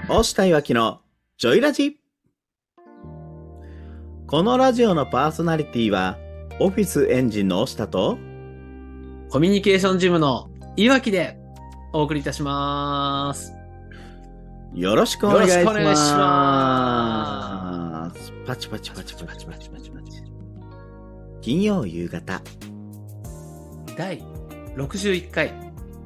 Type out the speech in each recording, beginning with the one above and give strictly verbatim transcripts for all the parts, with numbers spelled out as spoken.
押したいわきのジョイラジ。このラジオのパーソナリティはオフィスエンジンの押したとコミュニケーションジムのいわきでお送りいたします。 よろしくお願いします。 よろしくお願いします。 パチパチパチパチパチパチパチ。金曜夕方だいろくじゅういっかい。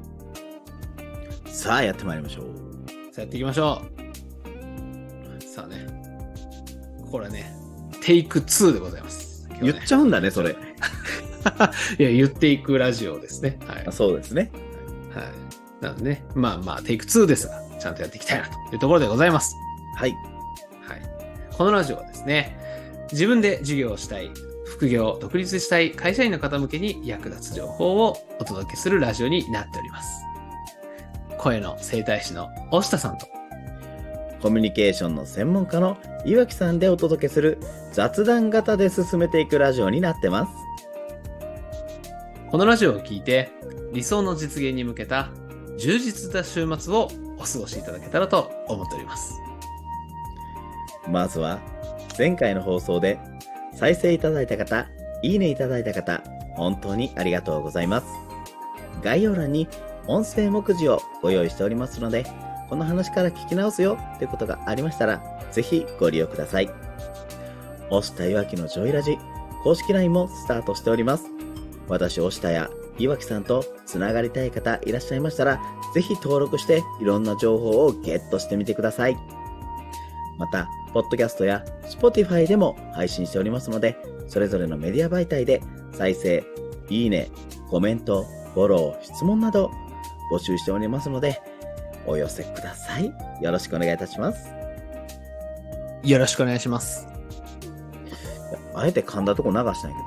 さあやってまいりましょう。 さあやっていきましょう。さあね、これはねテイクツーでございます。 ね、言っちゃうんだねそれ。 いや言っていくラジオですね。はい。 そうですね。 はい。なのでね、まあまあテイクツーですがちゃんとやっていきたいなというところでございます。 はい。 はい。このラジオはですね、自分で事業をしたい、副業、独立したい会社員の方向けに役立つ情報をお届けするラジオになっております。声の整体師の押下さんとコミュニケーションの専門家の岩木さんでお届けする雑談型で進めていくラジオになってます。 このラジオを聞いて理想の実現に向けた充実した週末をお過ごしいただけたらと思っております。 まずは前回の放送で再生いただいた方、いいねいただいた方、本当にありがとうございます。概要欄に音声目次をご用意しておりますので、この話から聞き直すよということがありましたら、ぜひご利用ください。押したいわきのジョイラジ公式 ライン もスタートしております。私押したやいわきさんとつながりたい方いらっしゃいましたら、ぜひ登録していろんな情報をゲットしてみてください。また、ポッドキャストや Spotify でも配信しておりますので、それぞれのメディア媒体で再生、いいね、コメント、フォロー、質問など募集しておりますので、お寄せください。よろしくお願いいたします。 よろしくお願いします。 あえて噛んだとこ流したんや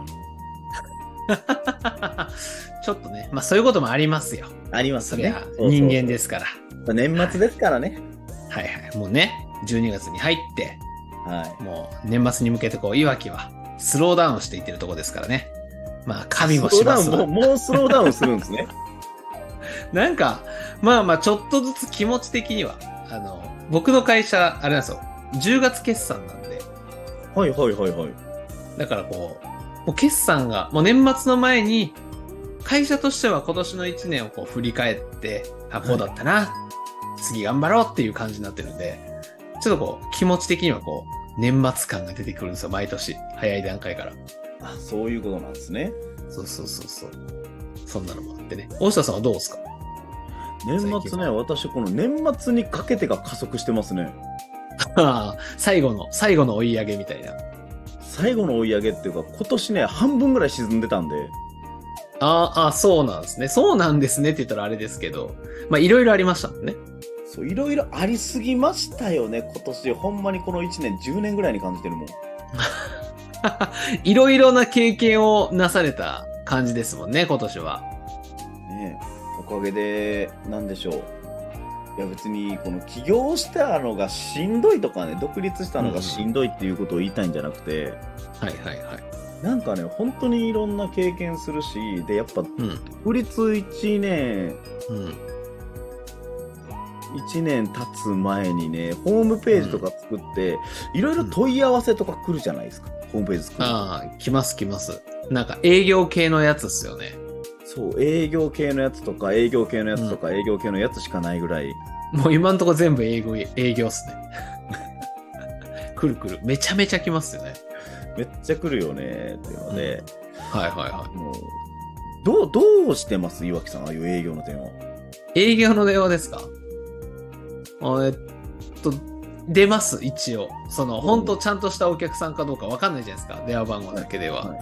けどちょっとね、まあそういうこともありますよ。 ありますね。 そりゃ人間ですから。 年末ですからね。 はい、はいはい。もうね、じゅうにがつに入って、 はい、 もう年末に向けてこういわきはスローダウンしていってるとこですからね。まあ神もしますわ。 もう、もうスローダウンするんですね。 なんかまあまあちょっとずつ気持ち的にはあの僕の会社あれなんですよ。じゅうがつ決算なんで。 はいはいはいはい。 だからこう、もう決算がもう年末の前に会社としては今年のいちねんをこう振り返ってあこうだったな、はい、次頑張ろうっていう感じになってるんで、ちょっとこう気持ち的にはこう年末感が出てくるんですよ。毎年早い段階から。 あ、そういうことなんですね。 そうそうそうそう。そんなのもあってね。大下さんはどうですか？ 年末ね、私この年末にかけてが加速してますね。 最後の最後の追い上げみたいな。 最後の追い上げっていうか、今年ね半分ぐらい沈んでたんで。 ああ、そうなんですね。そうなんですねって言ったらあれですけど、まあいろいろありましたもんね。 そう、いろいろありすぎましたよね。今年ほんまにこのいちねんじゅうねんぐらいに感じてるもん。 いろいろな経験をなされた感じですもんね、今年は。 ねえ、おかげでなんでしょう。いや別にこの起業したのがしんどいとかね、独立したのがしんどいっていうことを言いたいんじゃなくて、うん、 はいはいはい。 なんかね本当にいろんな経験するし、でやっぱ、うん、独立いちねん、うん、いちねん経つ前にねホームページとか作っていろいろ問い合わせとか来るじゃないですか、ホームページ作る。 ああ、来ます来ます。なんか営業系のやつっすよね。 そう、営業系のやつとか営業系のやつとか、うん、営業系のやつしかないぐらい。 もう今んとこ全部営業営業っすね。来る来る、めちゃめちゃ来ますよね。 めっちゃ来るよねっていうので、 うん、はいはいはい。 もうどうどうしてます岩木さん、ああいう営業の電話？ 営業の電話ですか？えっと出ます一応。その本当ちゃんとしたお客さんかどうかわかんないじゃないですか、電話番号だけでは。はいはい、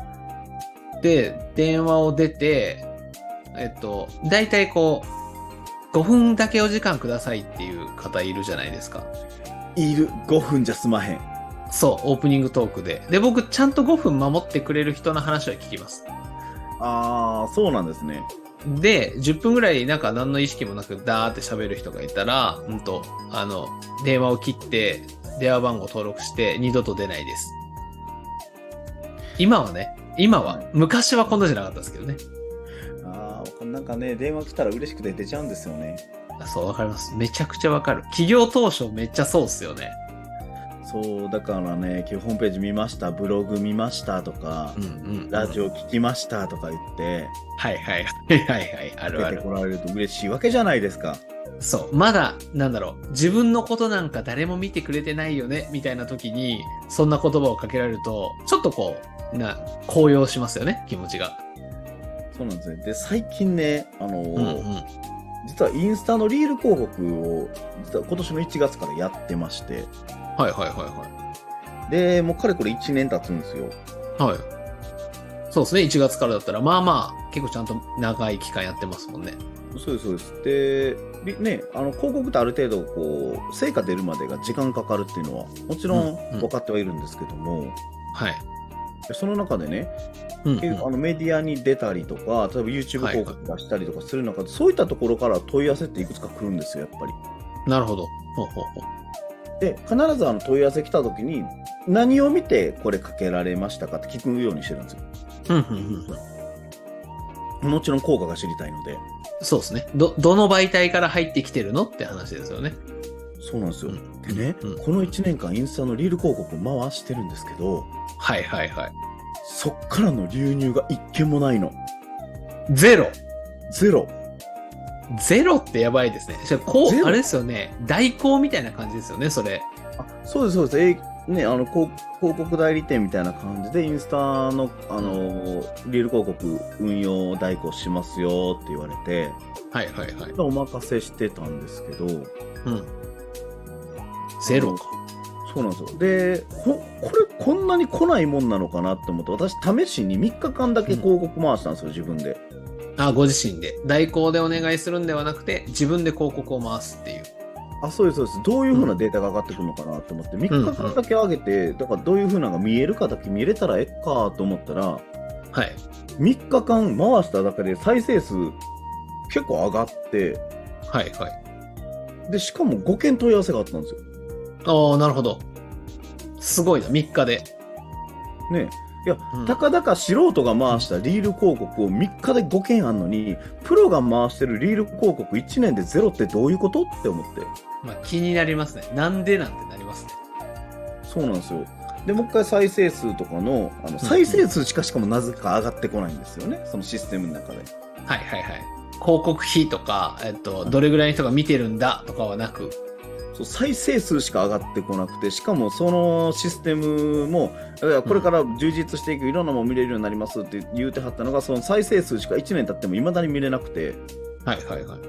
で電話を出て、えっと大体こうごふんだけお時間くださいっていう方いるじゃないですか。 いる。ごふんじゃ済まへん。 そう、オープニングトークで。で、僕ちゃんとごふん守ってくれる人の話は聞きます。 あー、そうなんですね。 で、じゅっぷんぐらいなんか何の意識もなくダーって喋る人がいたら、うんと、あの、電話を切って電話番号登録して二度と出ないです。今はね、今は、昔はこんなじゃなかったですけどね。 あー、なんかね、電話来たら嬉しくて出ちゃうんですよね。 そう、わかります。めちゃくちゃわかる。企業当初めっちゃそうっすよね。 そう、だからね、今日ホームページ見ました、ブログ見ましたとか、うんうんうん、ラジオ聞きましたとか言って、 はいはいはいはいはい、あるある。 出てこられると嬉しいわけじゃないですか。 そう、まだ、なんだろう、自分のことなんか誰も見てくれてないよね、みたいな時に、そんな言葉をかけられると、ちょっとこう、な、高揚しますよね、気持ちが。 そうなんですね。で、最近ね、あのー、うんうん、実はインスタのリール広告を、実は今年のいちがつからやってまして。 はいはいはいはい。 で、もうかれこれいちねん経つんですよ。 はい。そうですね、いちがつからだったら、まあまあ、結構ちゃんと長い期間やってますもんね。 そうです、そうです。で、ね、あの、広告ってある程度、こう、成果出るまでが時間かかるっていうのは、もちろん分かってはいるんですけども、うんうん、 はい。 その中でね、うんうん、あのメディアに出たりとか、例えば YouTube 広告出したりとかする中で、はいはい、そういったところから問い合わせっていくつか来るんですよ、やっぱり。 なるほど。ほうほうほう。で、必ずあの問い合わせ来た時に、何を見てこれかけられましたかって聞くようにしてるんですよ。 うんうんうんうん、もちろん効果が知りたいので。 そうですね。ど、どの媒体から入ってきてるのって話ですよね。 そうなんですよ。うん、でね、うん、このいちねんかんインスタのリール広告を回してるんですけど、 はいはいはい。 そっからの流入が一件もないの。 ゼロ。 ゼロ。 ゼロってやばいですね。こう、あれですよね。代行みたいな感じですよね、それ。 あ、そうです、そうです。えー、ね、あの、広告代理店みたいな感じで、インスタの、あの、リール広告運用代行しますよって言われて、 はいはいはい。 お任せしてたんですけど、うん。 ゼロか。 そうなんですよ。で、こ、これ、こんなに来ないもんなのかなって思って、私、試しにみっかかんだけ広告回したんですよ、うん、自分で。 あ、ご自身で。代行でお願いするんではなくて、自分で広告を回すっていう。 あ、そうです、そうです。どういう風なデータが上がってくるのかなと思って、みっかかんだけ上げて、だからどういう風なのが見えるかだけ見れたらえっかと思ったら、 はい。 みっかかん回しただけで再生数結構上がって、 はいはい。 で、しかもごけん問い合わせがあったんですよ。 ああ、なるほど。すごいな、みっかで。 ねえ。いや、うん、たかだか素人が回したリール広告をみっかでごけんあんのに、プロが回してるリール広告いちねんでゼロってどういうことって思って。 まあ気になりますね。なんでなんてなりますね。 そうなんですよ。で、もう一回再生数とかの、あの、再生数しかしかもなぜか上がってこないんですよね。そのシステムの中で。 はいはいはい。広告費とか、えっと、どれぐらいの人が見てるんだとかはなく、 そう再生数しか上がってこなくて、しかもそのシステムもこれから充実していく、いろんなもの見れるようになりますって言うてはったのが、その再生数しかいちねん経っても未だに見れなくて、 はいはいはい。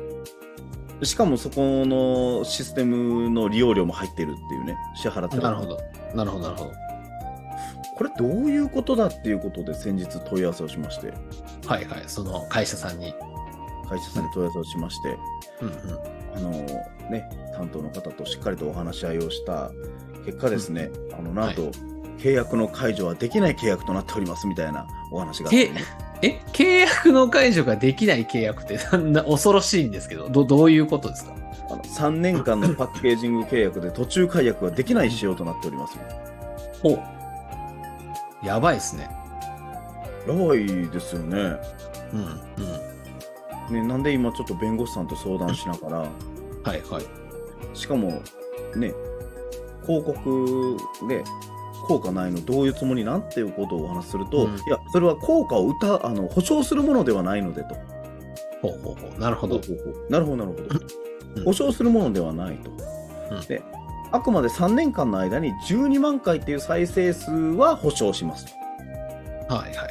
しかもそこのシステムの利用料も入ってるっていうね、支払ってる。 なるほどなるほどなるほど。 これどういうことだっていうことで先日問い合わせをしまして、 はいはい、その会社さんに会社さんに問い合わせをしまして、うんうん、あのね、担当の方としっかりとお話し合いをした結果ですね、うん、あのなんと、はい、契約の解除はできない契約となっておりますみたいなお話があって、ね、 え契約の解除ができない契約ってそんな恐ろしいんですけど、どどういうことですか？ あのさんねんかんのパッケージング契約で途中解約ができない仕様となっております。 ほう、やばいですね。 やばいですよね。 うんうん。 ね、なんで今ちょっと弁護士さんと相談しながら、 はいはい。 しかもね、広告で効果ないのどういうつもりなんていうことをお話しすると、うん、いやそれは効果を歌あの保証するものではないのでと。 ほうほうほう、なるほど。 ほうほうほうなるほどなるほど。うん、保証するものではないと。うん、で、あくまでさんねんかんの間にじゅうにまんかいっていう再生数は保証しますと。はいはい。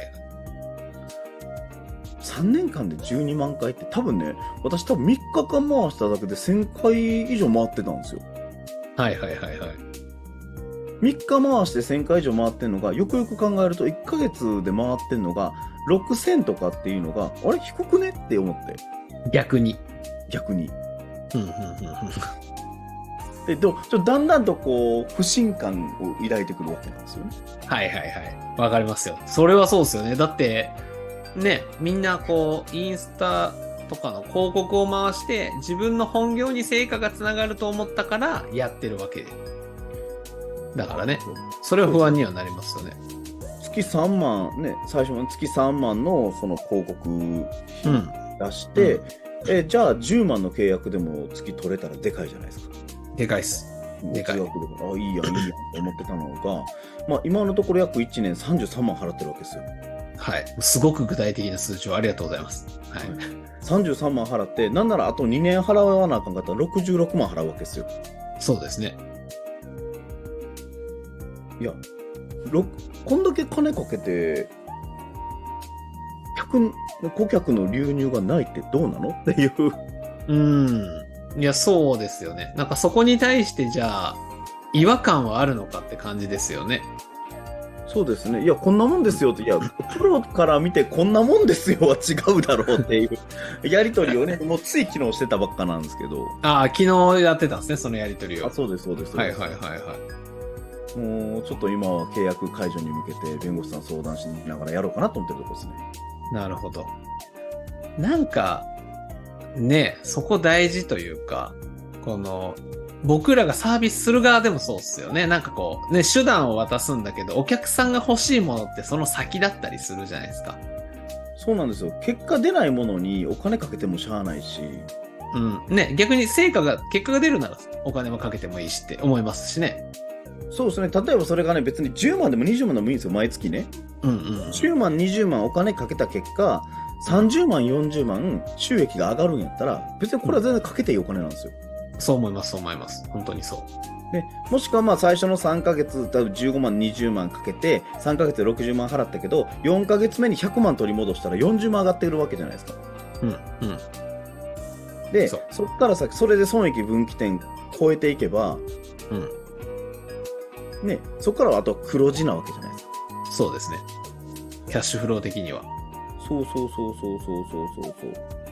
さんねんかんでじゅうにまんかいって多分ね、私多分みっかかん回しただけでせんかい以上回ってたんですよ。 はいはいはいはい。 みっか回してせんかい以上回ってんのが、よくよく考えるといっかげつで回ってんのがろくせんとかっていうのが、あれ低くねって思って。 逆に。 逆に。 うんうんうんうん。 でどちょだんだんとこう不信感を抱いてくるわけなんですよね。 はいはいはい。わかりますよ。それはそうですよね。だってね、みんなこうインスタとかの広告を回して自分の本業に成果がつながると思ったからやってるわけだからね。それは不安にはなりますよね。 月さんまんね、最初の月さんまんのその広告費出して、うんうん、 えじゃあじゅうまんの契約でも月取れたらでかいじゃないですか。 でかいっす。でかい。 月額でもあいいやんいいやんと思ってたのが、まあ、今のところ約いちねんさんじゅうさんまん払ってるわけですよ。 はい。すごく具体的な数値をありがとうございます。はい。 さんじゅうさんまん払って、なんならあとにねん払わなあかんかったらろくじゅうろくまん払うわけですよ。 そうですね。 いや、こんだけ金かけて、客顧客の流入がないってどうなのっていう。 うん。いや、そうですよね。なんかそこに対してじゃあ、違和感はあるのかって感じですよね。 そうですね。いや、こんなもんですよって、いや、プロから見てこんなもんですよは違うだろうっていうやりとりをね、もうつい昨日してたばっかなんですけど。 ああ、昨日やってたんですね、そのやりとりを。 あ、そうです、そうです。 はいはいはいはい。 もうちょっと今は契約解除に向けて弁護士さん相談しながらやろうかなと思ってるところですね。 なるほど。なんか、ね、そこ大事というか、この、僕らがサービスする側でもそうっすよね。なんかこう、ね、手段を渡すんだけど、お客さんが欲しいものってその先だったりするじゃないですか。 そうなんですよ。結果出ないものにお金かけてもしゃあないし。 うん。ね、逆に成果が、結果が出るならお金もかけてもいいしって思いますしね。 そうですね。例えばそれがね、別にじゅうまんでもにじゅうまんでもいいんですよ、毎月ね。 うんうん。 じゅうまん、にじゅうまんお金かけた結果、さんじゅうまん、よんじゅうまん収益が上がるんやったら、別にこれは全然かけていいお金なんですよ。 そう思います、そう思います。本当にそう。 でもしくはまあ最初のさんかげつ、多分じゅうごまん、にじゅうまんかけて、さんかげつでろくじゅうまん払ったけど、よんかげつめにひゃくまん取り戻したらよんじゅうまん上がってるわけじゃないですか。 うん、うん。 で、 そそっから先、それで損益分岐点超えていけば、 うん。 ね、そこからはあとは黒字なわけじゃないですか。 そうですね。キャッシュフロー的には。 そうそうそうそうそうそうそうそう。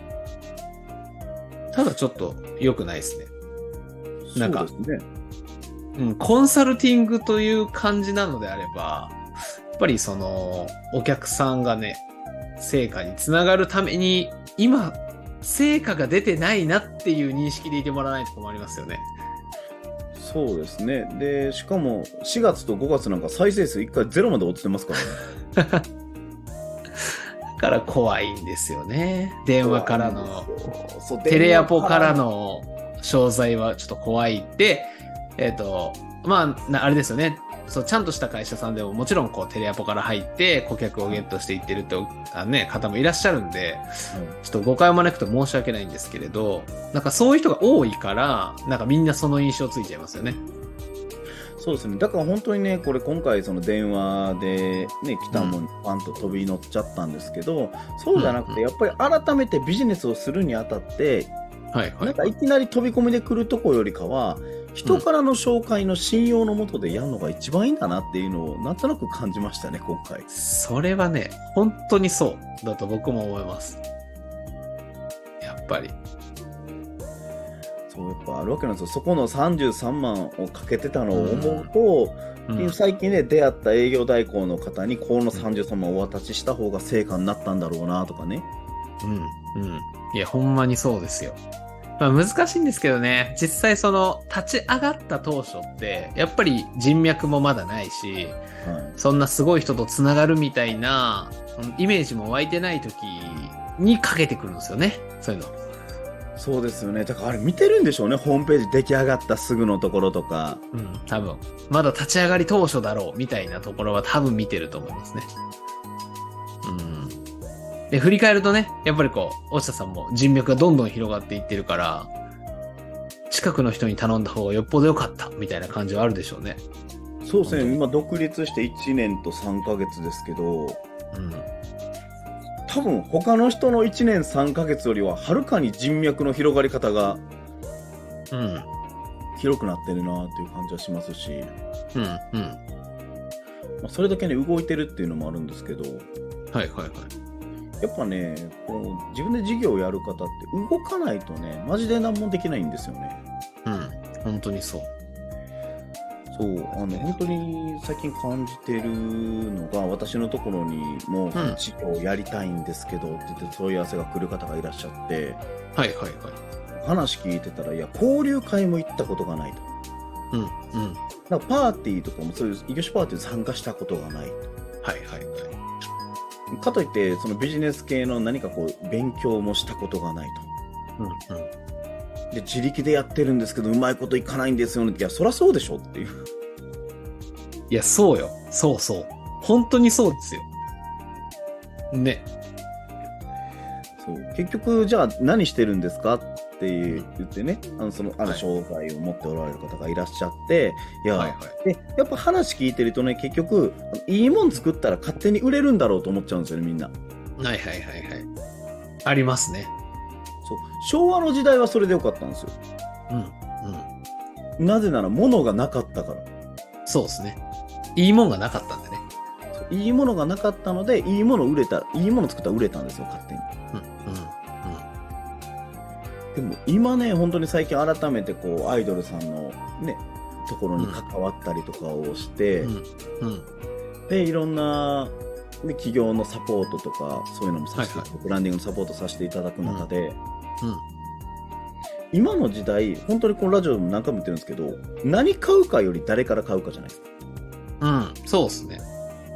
ただちょっと良くないですね。なんか、 そうですね。 うん、コンサルティングという感じなのであれば、やっぱりその、お客さんがね、成果につながるために、今、成果が出てないなっていう認識でいてもらわないと困りますよね。 そうですね。で、しかもしがつとごがつなんか再生数いっかいゼロまで落ちてますからね。 だから怖いんですよね。電話からの、テレアポからの商材はちょっと怖いって、えっと、まあ、あれですよね。そう、ちゃんとした会社さんでももちろんこうテレアポから入って顧客をゲットしていってるってあ、ね、方もいらっしゃるんで、ちょっと誤解を招くと申し訳ないんですけれど、なんかそういう人が多いから、なんかみんなその印象ついちゃいますよね。 そうですね。だから本当にね、これ今回その電話でね、来たもんパンと飛び乗っちゃったんですけど、そうじゃなくて、やっぱり改めてビジネスをするにあたって、 はいはい、 なんかいきなり飛び込みで来るとこよりかは、人からの紹介の信用のもとでやるのが一番いいんだなっていうのをなんとなく感じましたね、今回。 それはね、本当にそうだと僕も思います。やっぱり。 そうやっぱあるわけなんですよ。そこのさんじゅうさんまんをかけてたのを思うと、うんうん、最近ね出会った営業代行の方にこのさんじゅうさんまんお渡しした方が成果になったんだろうなとかね。 うんうん。いやほんまにそうですよ。まあ難しいんですけどね、実際その立ち上がった当初ってやっぱり人脈もまだないし、はい、そんなすごい人とつながるみたいなイメージも湧いてない時にかけてくるんですよね、そういうの。 そうですよね。だからあれ見てるんでしょうね、ホームページ出来上がったすぐのところとか。 うん、多分まだ立ち上がり当初だろうみたいなところは多分見てると思いますね。うんで振り返るとね、やっぱりこう大下さんも人脈がどんどん広がっていってるから、近くの人に頼んだ方がよっぽど良かったみたいな感じはあるでしょうね。 そうですね。今独立していちねんとさんかげつですけど、うん、多分他の人のいちねんさんかげつよりははるかに人脈の広がり方が、うん、広くなってるなっていう感じはしますし、うんうんまあ、それだけね動いてるっていうのもあるんですけど、 はいはいはい。 やっぱね、こう自分で事業をやる方って動かないとね、マジで何もできないんですよね。 うん、本当にそう。 そう、あの本当に最近感じてるのが、私のところにも事業をやりたいんですけど、うん、って言って問い合わせが来る方がいらっしゃって、 はいはいはい。 話聞いてたら、いや交流会も行ったことがないと。うんうん。なんかパーティーとかもそういう異業種パーティーに参加したことがないと。 はいはいはい。 かといってそのビジネス系の何かこう勉強もしたことがないうんうん。 で、自力でやってるんですけど、うまいこといかないんですよねって。いや、そりゃそうでしょっていう。 いや、そうよ。そうそう。本当にそうですよ。ね。 そう。結局、じゃあ何してるんですかって言ってね、あの、その、ある商材を持っておられる方がいらっしゃって、いや、 はいはい。 で、やっぱ話聞いてるとね、結局、いいもん作ったら勝手に売れるんだろうと思っちゃうんですよね、みんな。 はいはいはいはい。ありますね。 そう。昭和の時代はそれでよかったんですよ。 うんうん。 なぜなら物がなかったから。 そうですね。いいもんがなかったんでね。 そういいものがなかったので、いいもの売れた、いいもの作ったら売れたんですよ、勝手に。 うんうんでも今ね、本当に最近改めてこう、アイドルさんのね、ところに関わったりとかをして、 うんうんで、いろんな、ね、企業のサポートとか、そういうのもさせて、 はいはいブランディングのサポートさせていただく中で、 うん今の時代、本当にこのラジオでも何回も言ってるんですけど、何買うかより誰から買うかじゃないですか。 うんそうですね。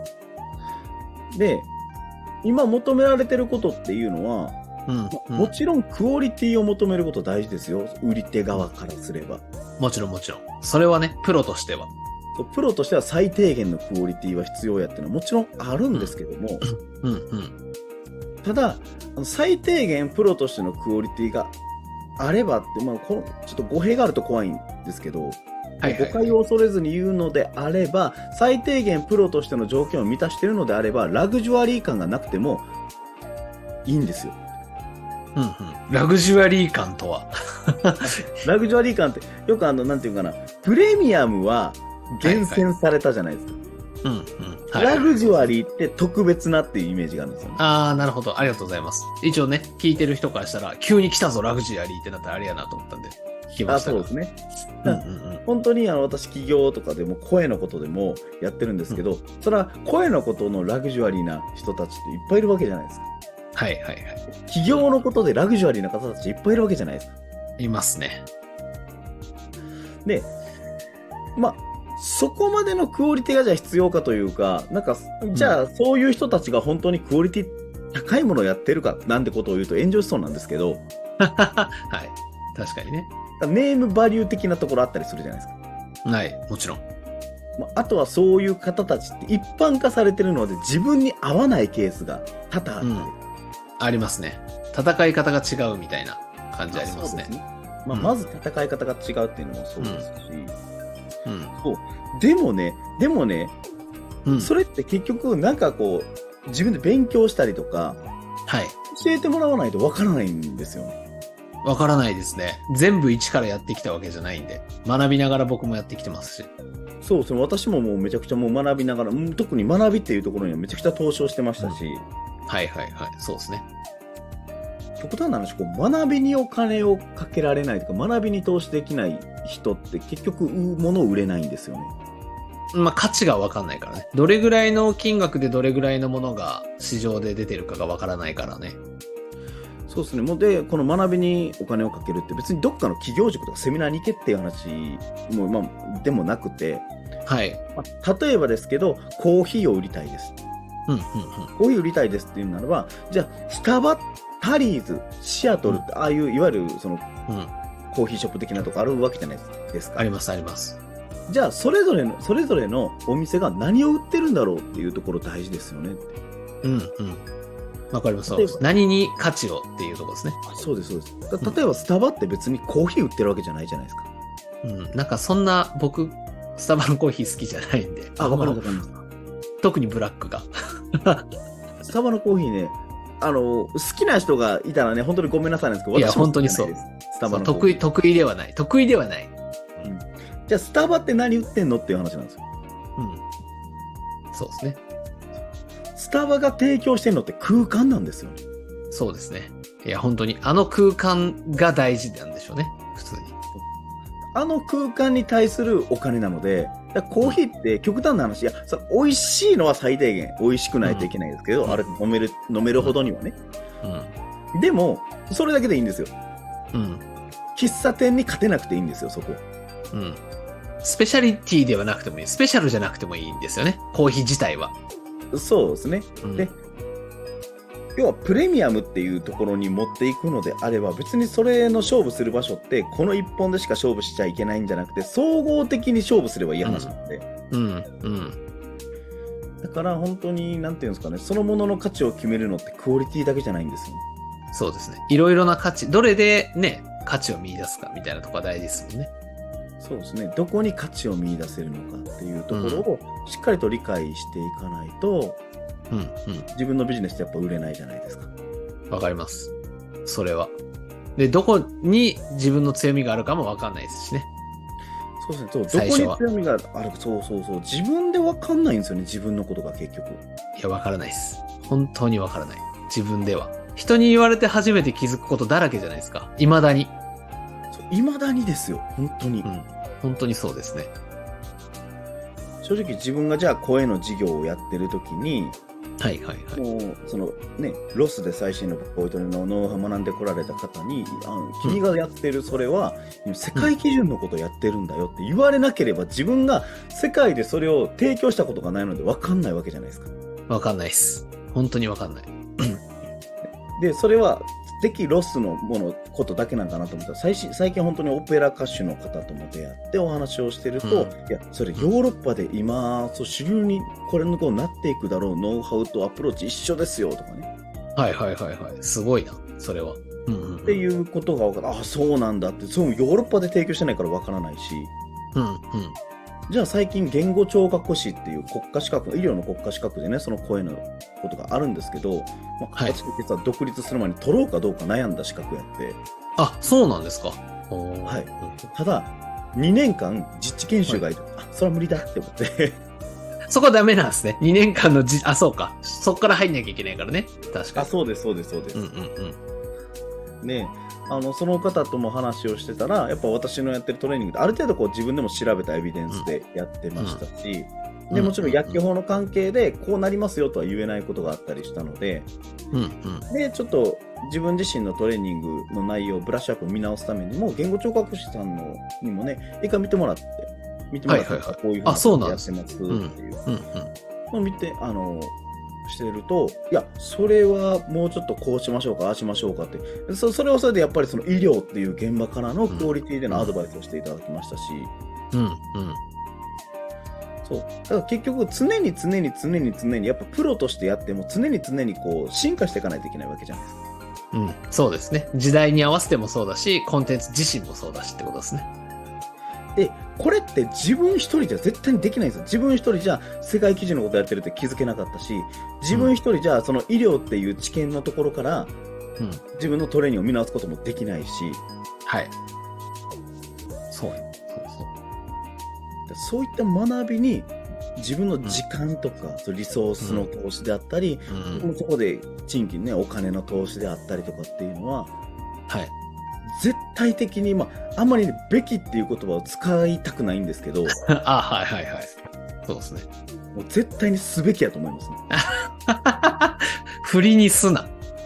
で、今求められてることっていうのは、 うんまうんもちろんクオリティを求めること大事ですよ。売り手側からすれば。 もちろんもちろん。それはね、プロとしては。 そうプロとしては最低限のクオリティは必要やっていうのはもちろんあるんですけども、 うんうんただ、あの最低限プロとしてのクオリティがあればって、まあ、このちょっと語弊があると怖いんですけど、 はいはいはい誤解を恐れずに言うのであれば、最低限プロとしての条件を満たしているのであれば、ラグジュアリー感がなくてもいいんですよ。 うんうん。ラグジュアリー感とは。 ラグジュアリー感って、よくあの、なんていうかな、プレミアムは厳選されたじゃないですか。 うんうん。はいラグジュアリーって特別なっていうイメージがあるんですよね。 ああ、なるほど。ありがとうございます。一応ね、聞いてる人からしたら、急に来たぞ、ラグジュアリーってなったらあれやなと思ったんで、聞きまあ、 したが。 そうですね。 うんうんうん。 本当にあの私企業とかでも声のことでもやってるんですけど、それは声のことのラグジュアリーな人たちっていっぱいいるわけじゃないですか。 はいはいはい。 企業のことでラグジュアリーな方たちいっぱいいるわけじゃないですか。 いますね。 で、まあ、そこまでのクオリティがじゃあ必要かというか、なんか、じゃあそういう人たちが本当にクオリティ高いものをやってるかなんてことを言うと炎上しそうなんですけど、 はい。確かにね。 ネームバリュー的なところあったりするじゃないですか。 はい。もちろん。 まあ、あとはそういう方たちって一般化されてるので自分に合わないケースが多々あって、 うんありますね。戦い方が違うみたいな感じありますね。 そうですまあ、 うんまず戦い方が違うっていうのもそうですし、 うん。 そうでもねでもね、 うん。 それって結局なんかこう自分で勉強したりとかはい。 教えてもらわないとわからないんですよね。 わからないですね。全部一からやってきたわけじゃないんで。学びながら僕もやってきてますし。 そうその私ももうめちゃくちゃもう学びながら、うん特に学びっていうところにはめちゃくちゃ投資をしてましたし、 はいはいはい。そうですね。 極端な話こう学びにお金をかけられないとか学びに投資できない人って結局物を売れないんですよね。 まあ価値がわかんないからね。どれぐらいの金額でどれぐらいのものが市場で出てるかがわからないからね。 そうですね。もうで、この学びにお金をかけるって別にどっかの企業塾とかセミナーに行けっていう話も、まあ、でもなくて、 はい。 まあ、例えばですけど、コーヒーを売りたいです。 うんうんうん。 コーヒー売りたいですっていうならば、じゃあ、スタバ、タリーズ、シアトルって、ああいういわゆるそのうん。 コーヒーショップ的なとこあるわけじゃないですか。 ありますあります。 じゃあ、それぞれの、それぞれのお店が何を売ってるんだろうっていうところ大事ですよねって。 うんうん。わかります。そうです。何に価値をっていうところですね。 そうです、そうです。だ例えば、スタバって別にコーヒー売ってるわけじゃないじゃないですか。 うん。なんかそんな僕、スタバのコーヒー好きじゃないんで。 あ、わかります、わかります。 特にブラックが。 スタバのコーヒーね、あの、好きな人がいたらね、本当にごめんなさいなんですけど、 いや私も本当にそう好きじゃないですスタバのコーヒー得意、得意ではない。得意ではない。 じゃあ、スタバって何売ってんのっていう話なんですよ。 うん。そうですね。 スタバが提供してんのって空間なんですよ。 そうですね。いや、本当に、あの空間が大事なんでしょうね。普通に。 あの空間に対するお金なので、だからコーヒーって極端な話、いや、それ美味しいのは最低限、美味しくないといけないですけど、 うんあれ飲める、飲めるほどにはね。でも、それだけでいいんですよ。 うん。うん。 喫茶店に勝てなくていいんですよ、そこ。 うん。スペシャリティではなくてもいい。スペシャルじゃなくてもいいんですよね。コーヒー自体は。 そうですね。 うん、 で要はプレミアムっていうところに持っていくのであれば、別にそれの勝負する場所ってこの一本でしか勝負しちゃいけないんじゃなくて、総合的に勝負すればいい話なんで、 うんうん。 だから本当になんていうんですかね、そのものの価値を決めるのってクオリティだけじゃないんですよね。 そうですね。いろいろな価値、どれでね、価値を見出すかみたいなところが大事ですもんね。 そうですね。どこに価値を見出せるのかっていうところをしっかりと理解していかないと、 うんうん。 自分のビジネスってやっぱ売れないじゃないですか。 わかります。それは。で、どこに自分の強みがあるかもわかんないですしね。 そうですね。そう、どこに強みがあるか、そうそうそう。自分でわかんないんですよね。自分のことが結局。 いや、わからないです。本当にわからない。自分では。人に言われて初めて気づくことだらけじゃないですか。未だに。 そう、未だにですよ。本当に。 うん。本当にそうですね。 正直自分がじゃあ声の事業をやってる時に、 はいはいはい。 もうそのね、ロスで最新のボイトレのノウハウを学んでこられた方に、あの君がやってるそれは世界基準のことをやってるんだよって言われなければ、自分が世界でそれを提供したことがないので分かんないわけじゃないですか。 わかんないです。本当にわかんない。 で、それは敵ロスのものことだけなんかなと思ったら、最新最近本当にオペラ歌手の方とも出会ってお話をしてると、うん、いやそれヨーロッパで今そう主流にこれのこうなっていくだろうノウハウとアプローチ一緒ですよとかね。 はいはいはいはい。すごいなそれは。 うんうんうん、っていうことが分かる。あ、そうなんだって。そうヨーロッパで提供してないから分からないし。 うんうん。 じゃあ最近言語聴覚士っていう国家資格、医療の国家資格でね、その声のことがあるんですけど、まあ、はい、私実は独立する前に取ろうかどうか悩んだ資格やって。 あ、そうなんですか。 はい。ただ、にねんかん実地研修がいる。はい、あ、それは無理だって思って。 そこはダメなんですね。にねんかんのじ、あ、そうか。そこから入んなきゃいけないからね。確かに。 あ、そうです、そうです、そうです。 うんうんうん。 ねあのその方とも話をしてたら、やっぱ私のやってるトレーニングってある程度こう自分でも調べたエビデンスでやってましたし、うん、でもちろん薬機法の関係でこうなりますよとは言えないことがあったりしたので、 うんうん、 でちょっと自分自身のトレーニングの内容ブラッシュアップを見直すためにも言語聴覚士さんのにもね一回見てもらって見てもらって、はいはいはい、こういうふうにやってますっていうのを見てあのしてると、いやそれはもうちょっとこうしましょうかああしましょうかって、 そ, それはそれでやっぱりその医療っていう現場からのクオリティでのアドバイスをしていただきましたし、 うんうん、 そうだから結局常に常に常に常にやっぱプロとしてやっても常に常にこう進化していかないといけないわけじゃないですか。 うん、そうですね。時代に合わせてもそうだし、コンテンツ自身もそうだしってことですね。 でこれって自分一人じゃ絶対にできないんですよ。自分一人じゃ世界基準のことやってるって気づけなかったし、自分一人じゃその医療っていう知見のところから、うん、自分のトレーニングを見直すこともできないし、 はい、そうそうそうそういった学びに自分の時間とか、うん、リソースの投資であったり、うん、そこで賃金ねお金の投資であったりとかっていうのは、 はい、 絶対的に、まあ、あんまり、ね、べきっていう言葉を使いたくないんですけどあ、はいはいはい。そうですね。 もう絶対にすべきやと思いますね。 振りにすな。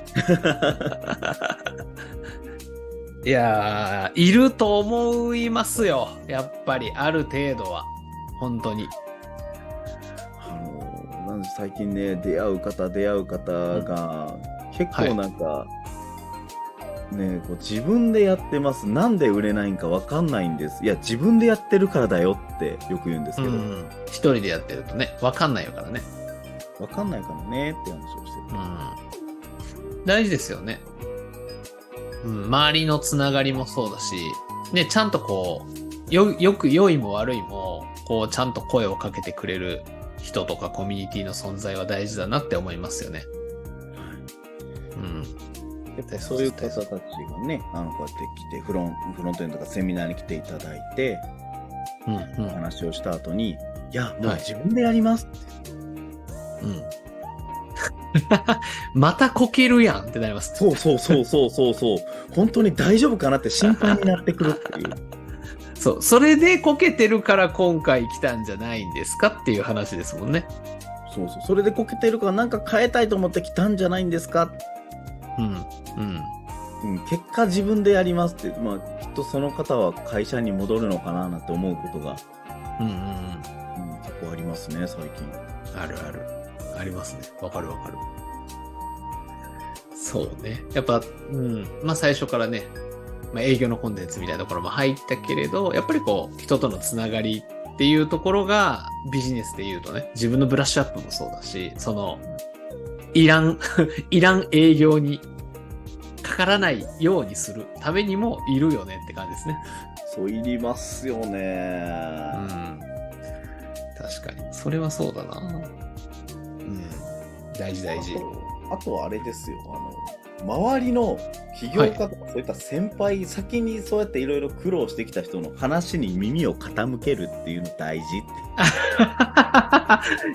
いやー、いると思いますよ。やっぱり、ある程度は。本当に。 あの、なんで最近ね、出会う方、出会う方が、うん、結構なんか、はいね、こう自分でやってます。なんで売れないんか分かんないんです。いや、自分でやってるからだよってよく言うんですけど。うん、 一人でやってるとね、分かんないからね。 分かんないからねって話をしてる。 うん、大事ですよね。うん、周りのつながりもそうだし、ね、ちゃんとこう、よ、よく良いも悪いも、こう、ちゃんと声をかけてくれる人とかコミュニティの存在は大事だなって思いますよね。うん。 やっぱそういう方たちがね、あのこうやって来てフロン、フロントエンドとかセミナーに来ていただいて、うんうん、話をした後に、いや、もう自分でやりますって。はい、 うん。またこけるやんってなります。 そうそうそうそうそうそう。本当に大丈夫かなって心配になってくるっていう。 そう、それでこけてるから今回来たんじゃないんですかっていう話ですもんね。 そうそう。それでこけてるからなんか変えたいと思って来たんじゃないんですか。 うんうんうん、結果自分でやりますって、まあ、きっとその方は会社に戻るのかななんて思うことが、 うんうんうん、 結構ありますね最近。 あるあるありますね。わかるわかる。 そうね。やっぱ、うん。まあ最初からね、まあ、営業のコンテンツみたいなところも入ったけれど、やっぱりこう、人とのつながりっていうところがビジネスで言うとね、自分のブラッシュアップもそうだし、その、いらん、いらん営業にかからないようにするためにもいるよねって感じですね。 そう、いりますよね。うん。 確かに。それはそうだな。うん。大事大事。 あと、あとはあれですよ。あの、周りの起業家とかそういった先輩、はい、先にそうやっていろいろ苦労してきた人の話に耳を傾けるっていうの大事って。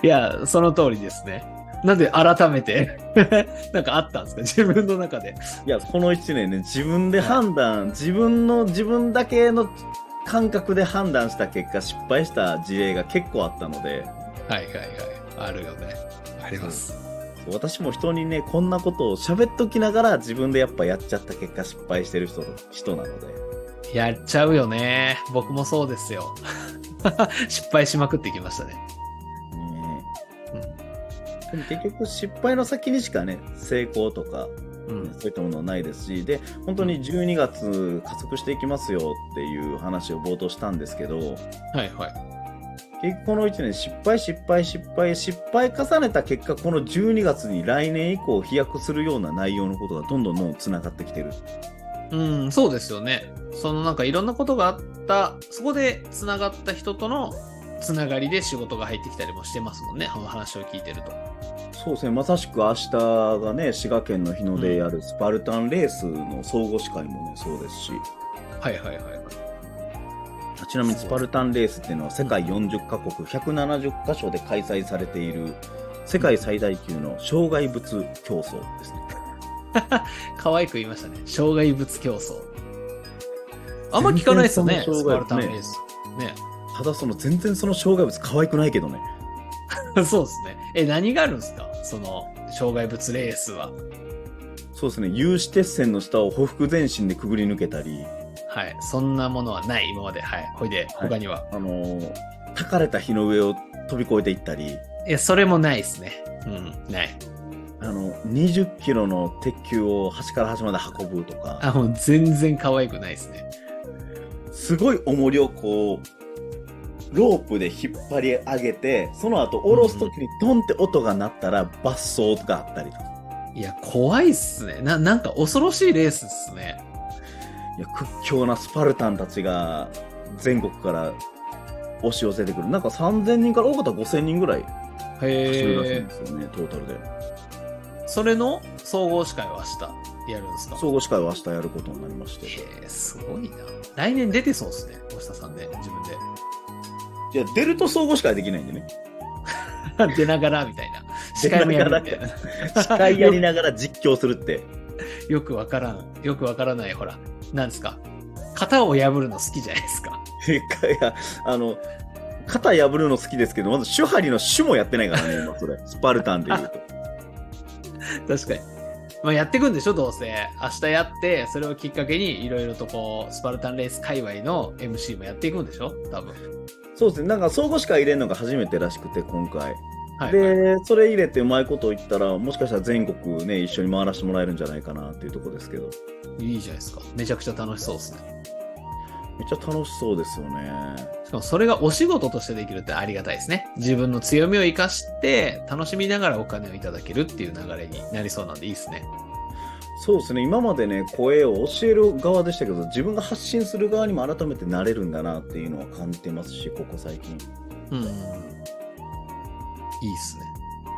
いや、その通りですね。なんで改めてなんかあったんですか自分の中で。 いや、このいちねんね、自分で判断、はい、自分の自分だけの感覚で判断した結果失敗した事例が結構あったので。はいはいはい。あるよね。あります。 私も人にね、こんなことを喋っときながら自分でやっぱやっちゃった結果失敗してる人、人なので。 やっちゃうよね。僕もそうですよ。失敗しまくってきましたね。ねえ、うん。でも結局失敗の先にしかね、成功とか、うん、そういったものはないですし、で、本当にじゅうにがつ加速していきますよっていう話を冒頭したんですけど、はいはい。結局このいちねん失敗失敗失敗失敗重ねた結果、このじゅうにがつに来年以降飛躍するような内容のことがどんどんどんつながってきてる。 うん、そうですよね。そのなんかいろんなことがあった、そこでつながった人とのつながりで仕事が入ってきたりもしてますもんね。この話を聞いてると。 そうですね。まさしく明日がね、滋賀県の日の出やるスパルタンレースの総合司会もね、そうですし。 はいはいはい。 ちなみにスパルタンレースっていうのは世界よんじゅっかこくひゃくななじゅっかしょで開催されている世界最大級の障害物競争ですね。 可愛く言いましたね。障害物競争。あんま聞かないですよね。スパルタンレース。ね。 ただその全然その障害物可愛くないけどね。 そうですね。え、何があるんですかその障害物レースは。 そうですね。有刺鉄線の下をほふ前進でくぐり抜けたり。 はい。そんなものはない、今まで。はい。ほいで、他には。はい、 あのー、焚かれた火の上を飛び越えていったり。 いや、それもないですね。うん、ない。 あの、にじゅっキロの鉄球を端から端まで運ぶとか。 あ、もう全然可愛くないですね。 すごい重りをこう、ロープで引っ張り上げて、その後下ろすときにドンって音が鳴ったら抜走があったりとか。 いや、怖いっすね。な、なんか恐ろしいレースっすね。 いや、屈強なスパルタンたちが全国から押し寄せてくる。なんかさんぜんにんから多かったらごせんにんぐらい走るらしいんですよね、トータルで。 それの総合司会は明日やるんですか？ 総合司会は明日やることになりまして。 へえ、すごいな。来年出てそうですね、大下さんで、自分で。 いや、出ると総合司会できないんでね。 出ながらみたいな。司会もやるみたいな。 司会やりながら実況するって。 よくわからん。よくわからない。ほら。なんですか。型を破るの好きじゃないですか。 いや、あの、型破るの好きですけど、まず手張りの手もやってないからね、今それ。スパルタンで言うと。 確かに。まあ、やっていくんでしょ、どうせ。明日やって、それをきっかけに、いろいろとこう、スパルタンレース界隈の エムシー もやっていくんでしょ、多分。 そうですね。なんか、総合司会入れるのが初めてらしくて、今回。 はい、 で、それ入れてうまいこと言ったら、もしかしたら全国ね、一緒に回らせてもらえるんじゃないかなっていうところですけど。 いいじゃないですか。めちゃくちゃ楽しそうですね。 めっちゃ楽しそうですよね。 しかもそれがお仕事としてできるってありがたいですね。自分の強みを生かして楽しみながらお金をいただけるっていう流れになりそうなんでいいですね。 そうですね。今までね、声を教える側でしたけど、自分が発信する側にも改めてなれるんだなっていうのは感じてますし、ここ最近。 うん。いいっすね。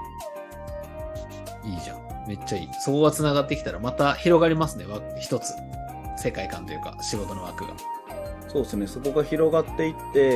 いいじゃん。めっちゃいい。そこが繋がってきたらまた広がりますね。一つ。世界観というか仕事の枠が。 そうですね。そこが広がっていって、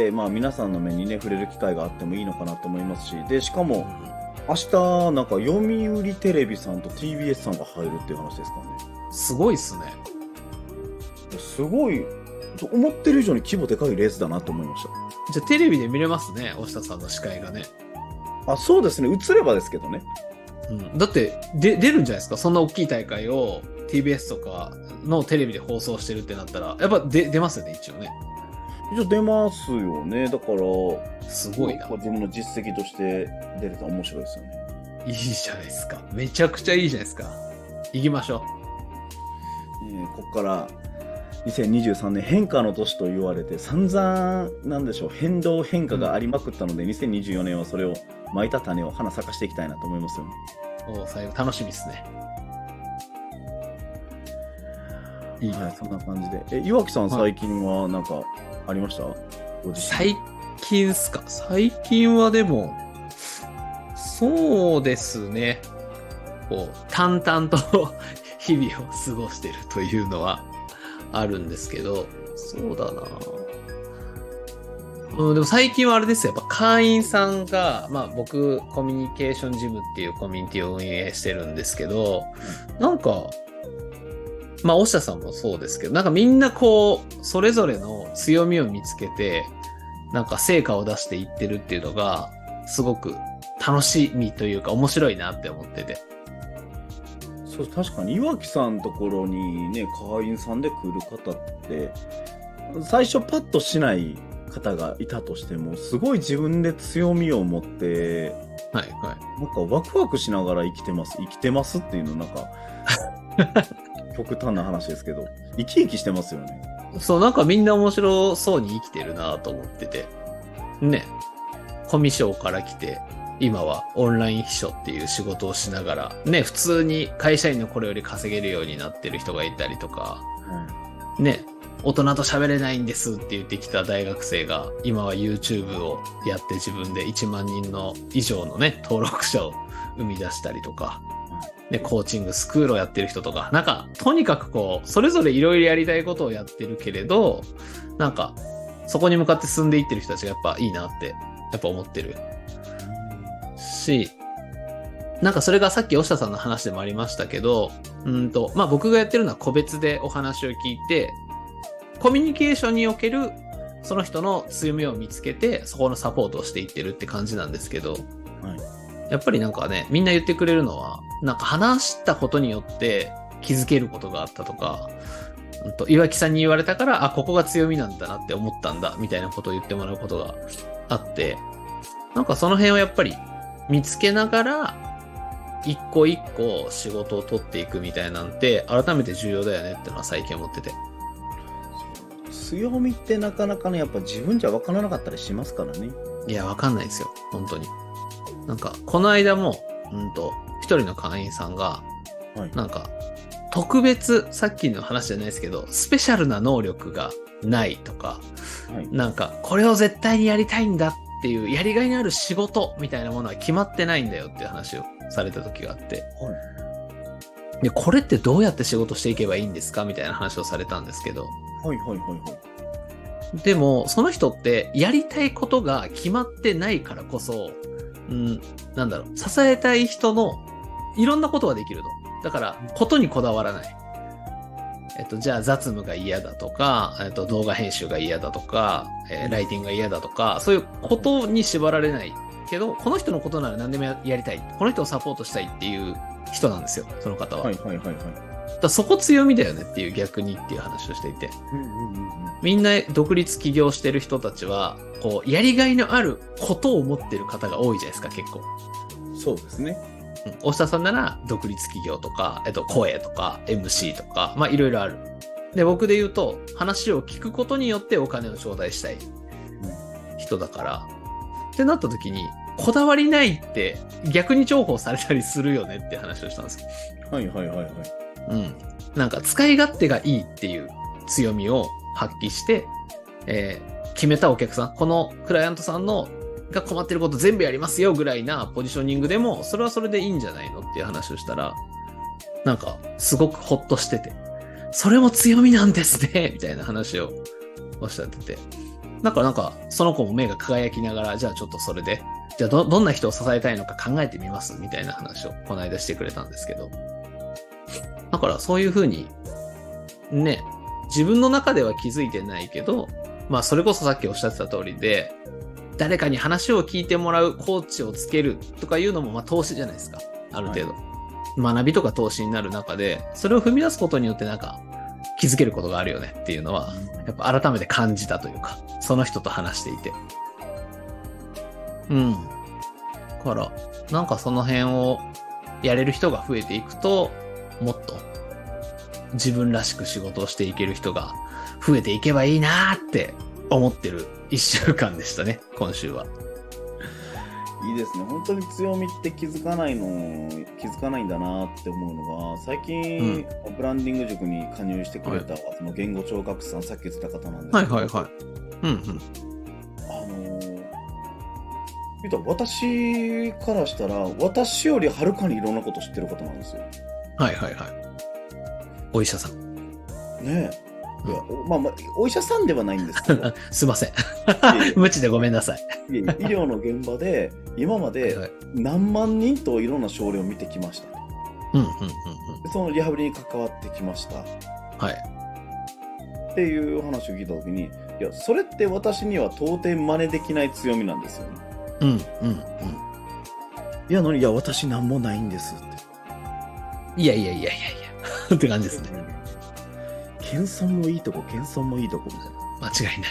まあ皆さんの目にね、触れる機会があってもいいのかなと思いますし、で、しかも、明日、なんか読売テレビさんと ティービーエス さんが入るっていう話ですからね。 すごいっすね。 すごい、思ってる以上に規模でかいレースだなと思いました。 じゃあテレビで見れますね。大下さんの司会がね。 あ、そうですね。映ればですけどね。 うん、だってで出るんじゃないですか。そんな大きい大会を ティービーエス とかのテレビで放送してるってなったらやっぱで出ますよね、一応ね。 一応出ますよね。だからすごいな。 自分の実績として出れたら面白いですよね。 いいじゃないですか。めちゃくちゃいいじゃないですか。 行きましょえーここからにせんにじゅうさんねん変化の年と言われて散々なんでしょう変動変化がありまくったので、うん、にせんにじゅうよねんはそれを蒔いた種を花咲かしていきたいなと思いますよね。 お最後楽しみですね。 いい、はい、そんな感じで。え、岩木さん最近はなんかありました？ご自身最近っすか？最近はでもそうですね、こう淡々と日々を過ごしてるというのはあるんですけど、そうだな、うん、でも最近はあれですよ、やっぱ会員さんが、まあ僕コミュニケーションジムっていうコミュニティを運営してるんですけど、うん、なんかまあ押下さんもそうですけど、なんかみんなこうそれぞれの強みを見つけてなんか成果を出していってるっていうのがすごく楽しみというか面白いなって思ってて。 そう確かに岩木さんのところにね会員さんで来る方って最初パッとしない方がいたとしてもすごい自分で強みを持ってはいはいなんかワクワクしながら生きてます生きてますっていうのなんか極端な話ですけど生き生きしてますよね。 そうなんかみんな面白そうに生きてるなと思っててね、コミュ障から来て今はオンライン秘書っていう仕事をしながらね普通に会社員の頃より稼げるようになってる人がいたりとか、うん、ね大人と喋れないんですって言ってきた大学生が今は YouTube をやって自分でいちまんにんの以上のね登録者を生み出したりとか、ね、コーチングスクールをやってる人とかなんかとにかくこうそれぞれいろいろやりたいことをやってるけれどなんかそこに向かって進んでいってる人たちがやっぱいいなってやっぱ思ってるし、なんかそれがさっき押下さんの話でもありましたけど、うんとまあ僕がやってるのは個別でお話を聞いてコミュニケーションにおけるその人の強みを見つけてそこのサポートをしていってるって感じなんですけど、はい、やっぱりなんかねみんな言ってくれるのはなんか話したことによって気づけることがあったとか、うんと岩木さんに言われたからあここが強みなんだなって思ったんだみたいなことを言ってもらうことがあって、なんかその辺をやっぱり見つけながら一個一個仕事を取っていくみたいなんて改めて重要だよねってのは最近思ってて。 強みってなかなかねやっぱ自分じゃ分からなかったりしますからね。 いや分かんないですよ本当に。なんかこの間もうんと一人の会員さんが、はい、なんか特別さっきの話じゃないですけどスペシャルな能力がないとか、はい、なんかこれを絶対にやりたいんだっていうやりがいのある仕事みたいなものは決まってないんだよっていう話をされた時があって、はい、でこれってどうやって仕事していけばいいんですかみたいな話をされたんですけど、 はいはいはいはい。 でもその人ってやりたいことが決まってないからこそ、うん、なんだろう支えたい人のいろんなことができるの。だからことにこだわらない。えっと、じゃあ雑務が嫌だとか、えっと、動画編集が嫌だとか、えー、ライティングが嫌だとか、そういうことに縛られないけど、この人のことなら何でも や, やりたい。この人をサポートしたいっていう人なんですよ、その方は。 はいはいはいはい。 だそこ強みだよねっていう逆にっていう話をしていて。うんうんうんうん、みんな独立起業してる人たちは、こう、やりがいのあることを持ってる方が多いじゃないですか、結構。 そうですね。 大下さんなら独立企業とか、えっと、声とか エムシー とか、まあいろいろある。で、僕で言うと話を聞くことによってお金を頂戴したい人だから、ってなった時にこだわりないって逆に重宝されたりするよねって話をしたんですよ。 はいはいはいはい。 うん。なんか使い勝手がいいっていう強みを発揮して、えー、決めたお客さん、このクライアントさんのが困ってること全部やりますよぐらいなポジショニングでもそれはそれでいいんじゃないのっていう話をしたらなんかすごくホッとしててそれも強みなんですねみたいな話をおっしゃっててなんかなんかその子も目が輝きながらじゃあちょっとそれでじゃあ ど, どんな人を支えたいのか考えてみますみたいな話をこの間してくれたんですけどだからそういうふうにね自分の中では気づいてないけどまあそれこそさっきおっしゃってた通りで誰かに話を聞いてもらうコーチをつけるとかいうのもまあ投資じゃないですかある程度、はい、学びとか投資になる中でそれを踏み出すことによってなんか気づけることがあるよねっていうのはやっぱ改めて感じたというかその人と話していてうんだからなんかその辺をやれる人が増えていくともっと自分らしく仕事をしていける人が増えていけばいいなーって思ってる一週間でしたね、今週は。 いいですね。本当に強みって気づかないの、気づかないんだなって思うのが、最近、うん、ブランディング塾に加入してくれた、はい、その言語聴覚士さん、さっき言ってた方なんですけど、 はいはいはい。うんうん。 あのー、見た私からしたら、私よりはるかにいろんなこと知ってる方なんですよ。 はいはいはい。お医者さん。 ねえ。いや、まあまあ、お医者さんではないんですけど。 すいません。無知でごめんなさい。 いやいや医療の現場で、今まで何万人といろんな症例を見てきました。 うんうんうんうん。 そのリハビリに関わってきました。 はい。 っていう話を聞いたときに、いや、それって私には到底真似できない強みなんですよね。 うんうんうん。 いや、何いや、私なんもないんですって。 いやいやいやいやいや。って感じですね。 謙遜もいいとこ、謙遜もいいとこみたいな。間違いない。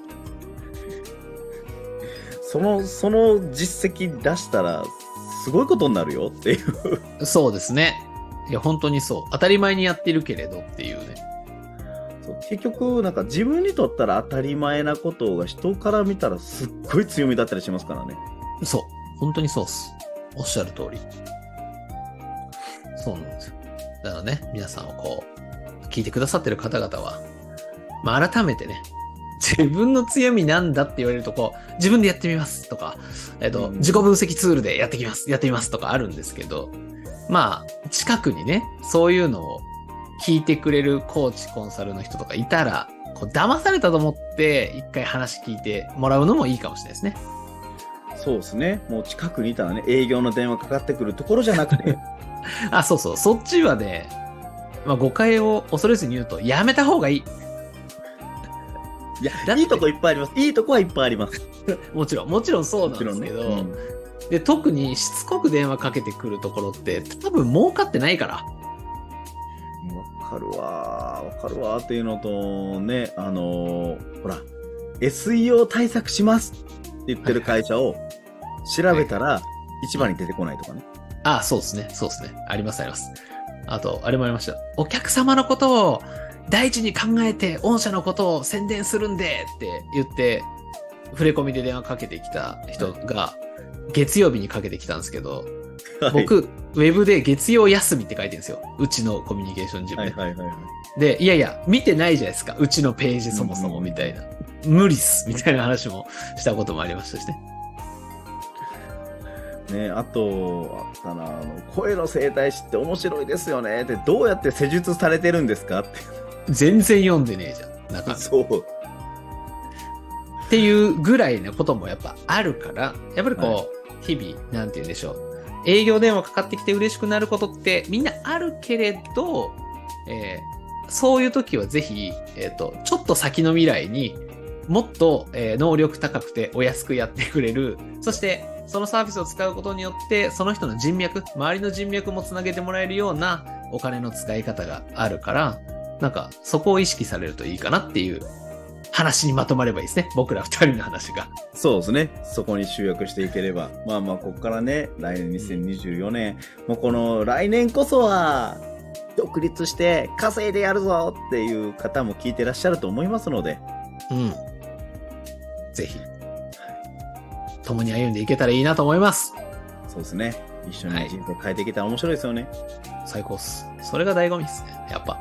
その、その実績出したら、すごいことになるよっていう。 そうですね。いや、本当にそう。当たり前にやってるけれどっていうね。 そう結局、なんか自分にとったら当たり前なことが人から見たらすっごい強みだったりしますからね。 そう。本当にそうっす。おっしゃる通り。そうなんですよ。だからね、皆さんをこう、聞いてくださってる方々は、まあ、改めてね、自分の強みなんだって言われるとこう、自分でやってみますとか、えっと、自己分析ツールでやってきます、やってみますとかあるんですけど、まあ、近くにね、そういうのを聞いてくれるコーチ、コンサルの人とかいたら、こう騙されたと思って一回話聞いてもらうのもいいかもしれないですね。 そうですね。もう近くにいたらね、営業の電話かかってくるところじゃなくて。 あ、そうそう、そっちはね、まあ、誤解を恐れずに言うと、やめた方がいい。 いや、いいとこいっぱいあります。いいとこはいっぱいあります。 もちろん、もちろんそうなんですけど、ねうん、で、特にしつこく電話かけてくるところって、多分儲かってないから。わかるわー、わかるわーっていうのと、ね、あのー、ほら、エスイーオー 対策しますって言ってる会社を調べたら、一番に出てこないとかね。 ああ、そうですね。そうですね。ありますあります。あと、あれもありました。お客様のことを第一に考えて、御社のことを宣伝するんでって言って、触れ込みで電話かけてきた人が、月曜日にかけてきたんですけど、はい、僕、ウェブで月曜休みって書いてるんですよ。うちのコミュニケーションジムで。はいはいはいはい、で、いやいや、見てないじゃないですか。うちのページそもそもみたいな。うんうん、無理っすみたいな話もしたこともありましたしね。 ね、あと、あったな、あの、声の整体師って面白いですよね。で、どうやって施術されてるんですかって。 全然読んでねえじゃん。なんか。 そう。 っていうぐらいのこともやっぱあるから、やっぱりこう、はい、日々、なんて言うんでしょう。営業電話かかってきて嬉しくなることってみんなあるけれど、えー、そういう時はぜひ、えっと、ちょっと先の未来にもっと、えー、能力高くてお安くやってくれる。そして、そのサービスを使うことによって、その人の人脈、周りの人脈もつなげてもらえるようなお金の使い方があるから、なんかそこを意識されるといいかなっていう話にまとまればいいですね。僕ら二人の話が。 そうですね。そこに集約していければ。まあまあ、ここからね、来年にせんにじゅうよねん、うん、もうこの来年こそは、独立して稼いでやるぞっていう方も聞いてらっしゃると思いますので。 うん。ぜひ。共に歩んでいけたらいいなと思います。 そうですね。一緒に人生変えていけたら面白いですよね。はい、 最高っす。それが醍醐味ですね。やっぱ。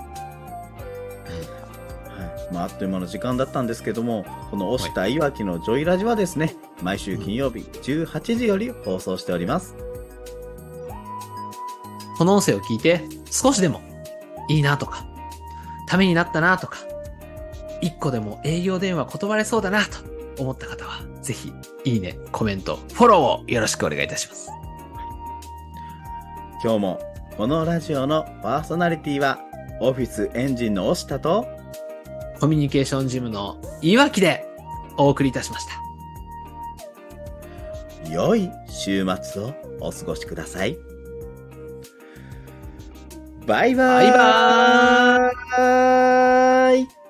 まあ、あっという間の時間だったんですけども、この押田いわきのジョイラジはですね、毎週金曜日じゅうはちじより放送しております。 この音声を聞いて少しでもいいなとか、ためになったなとか、一個でも営業電話断れそうだなと思った方は、ぜひいいね、コメント、フォローをよろしくお願いいたします。 今日もこのラジオのパーソナリティはオフィスエンジンの押田とコミュニケーションジムのいわきでお送りいたしました。 良い週末をお過ごしください。バイバーイ。バイバーイ。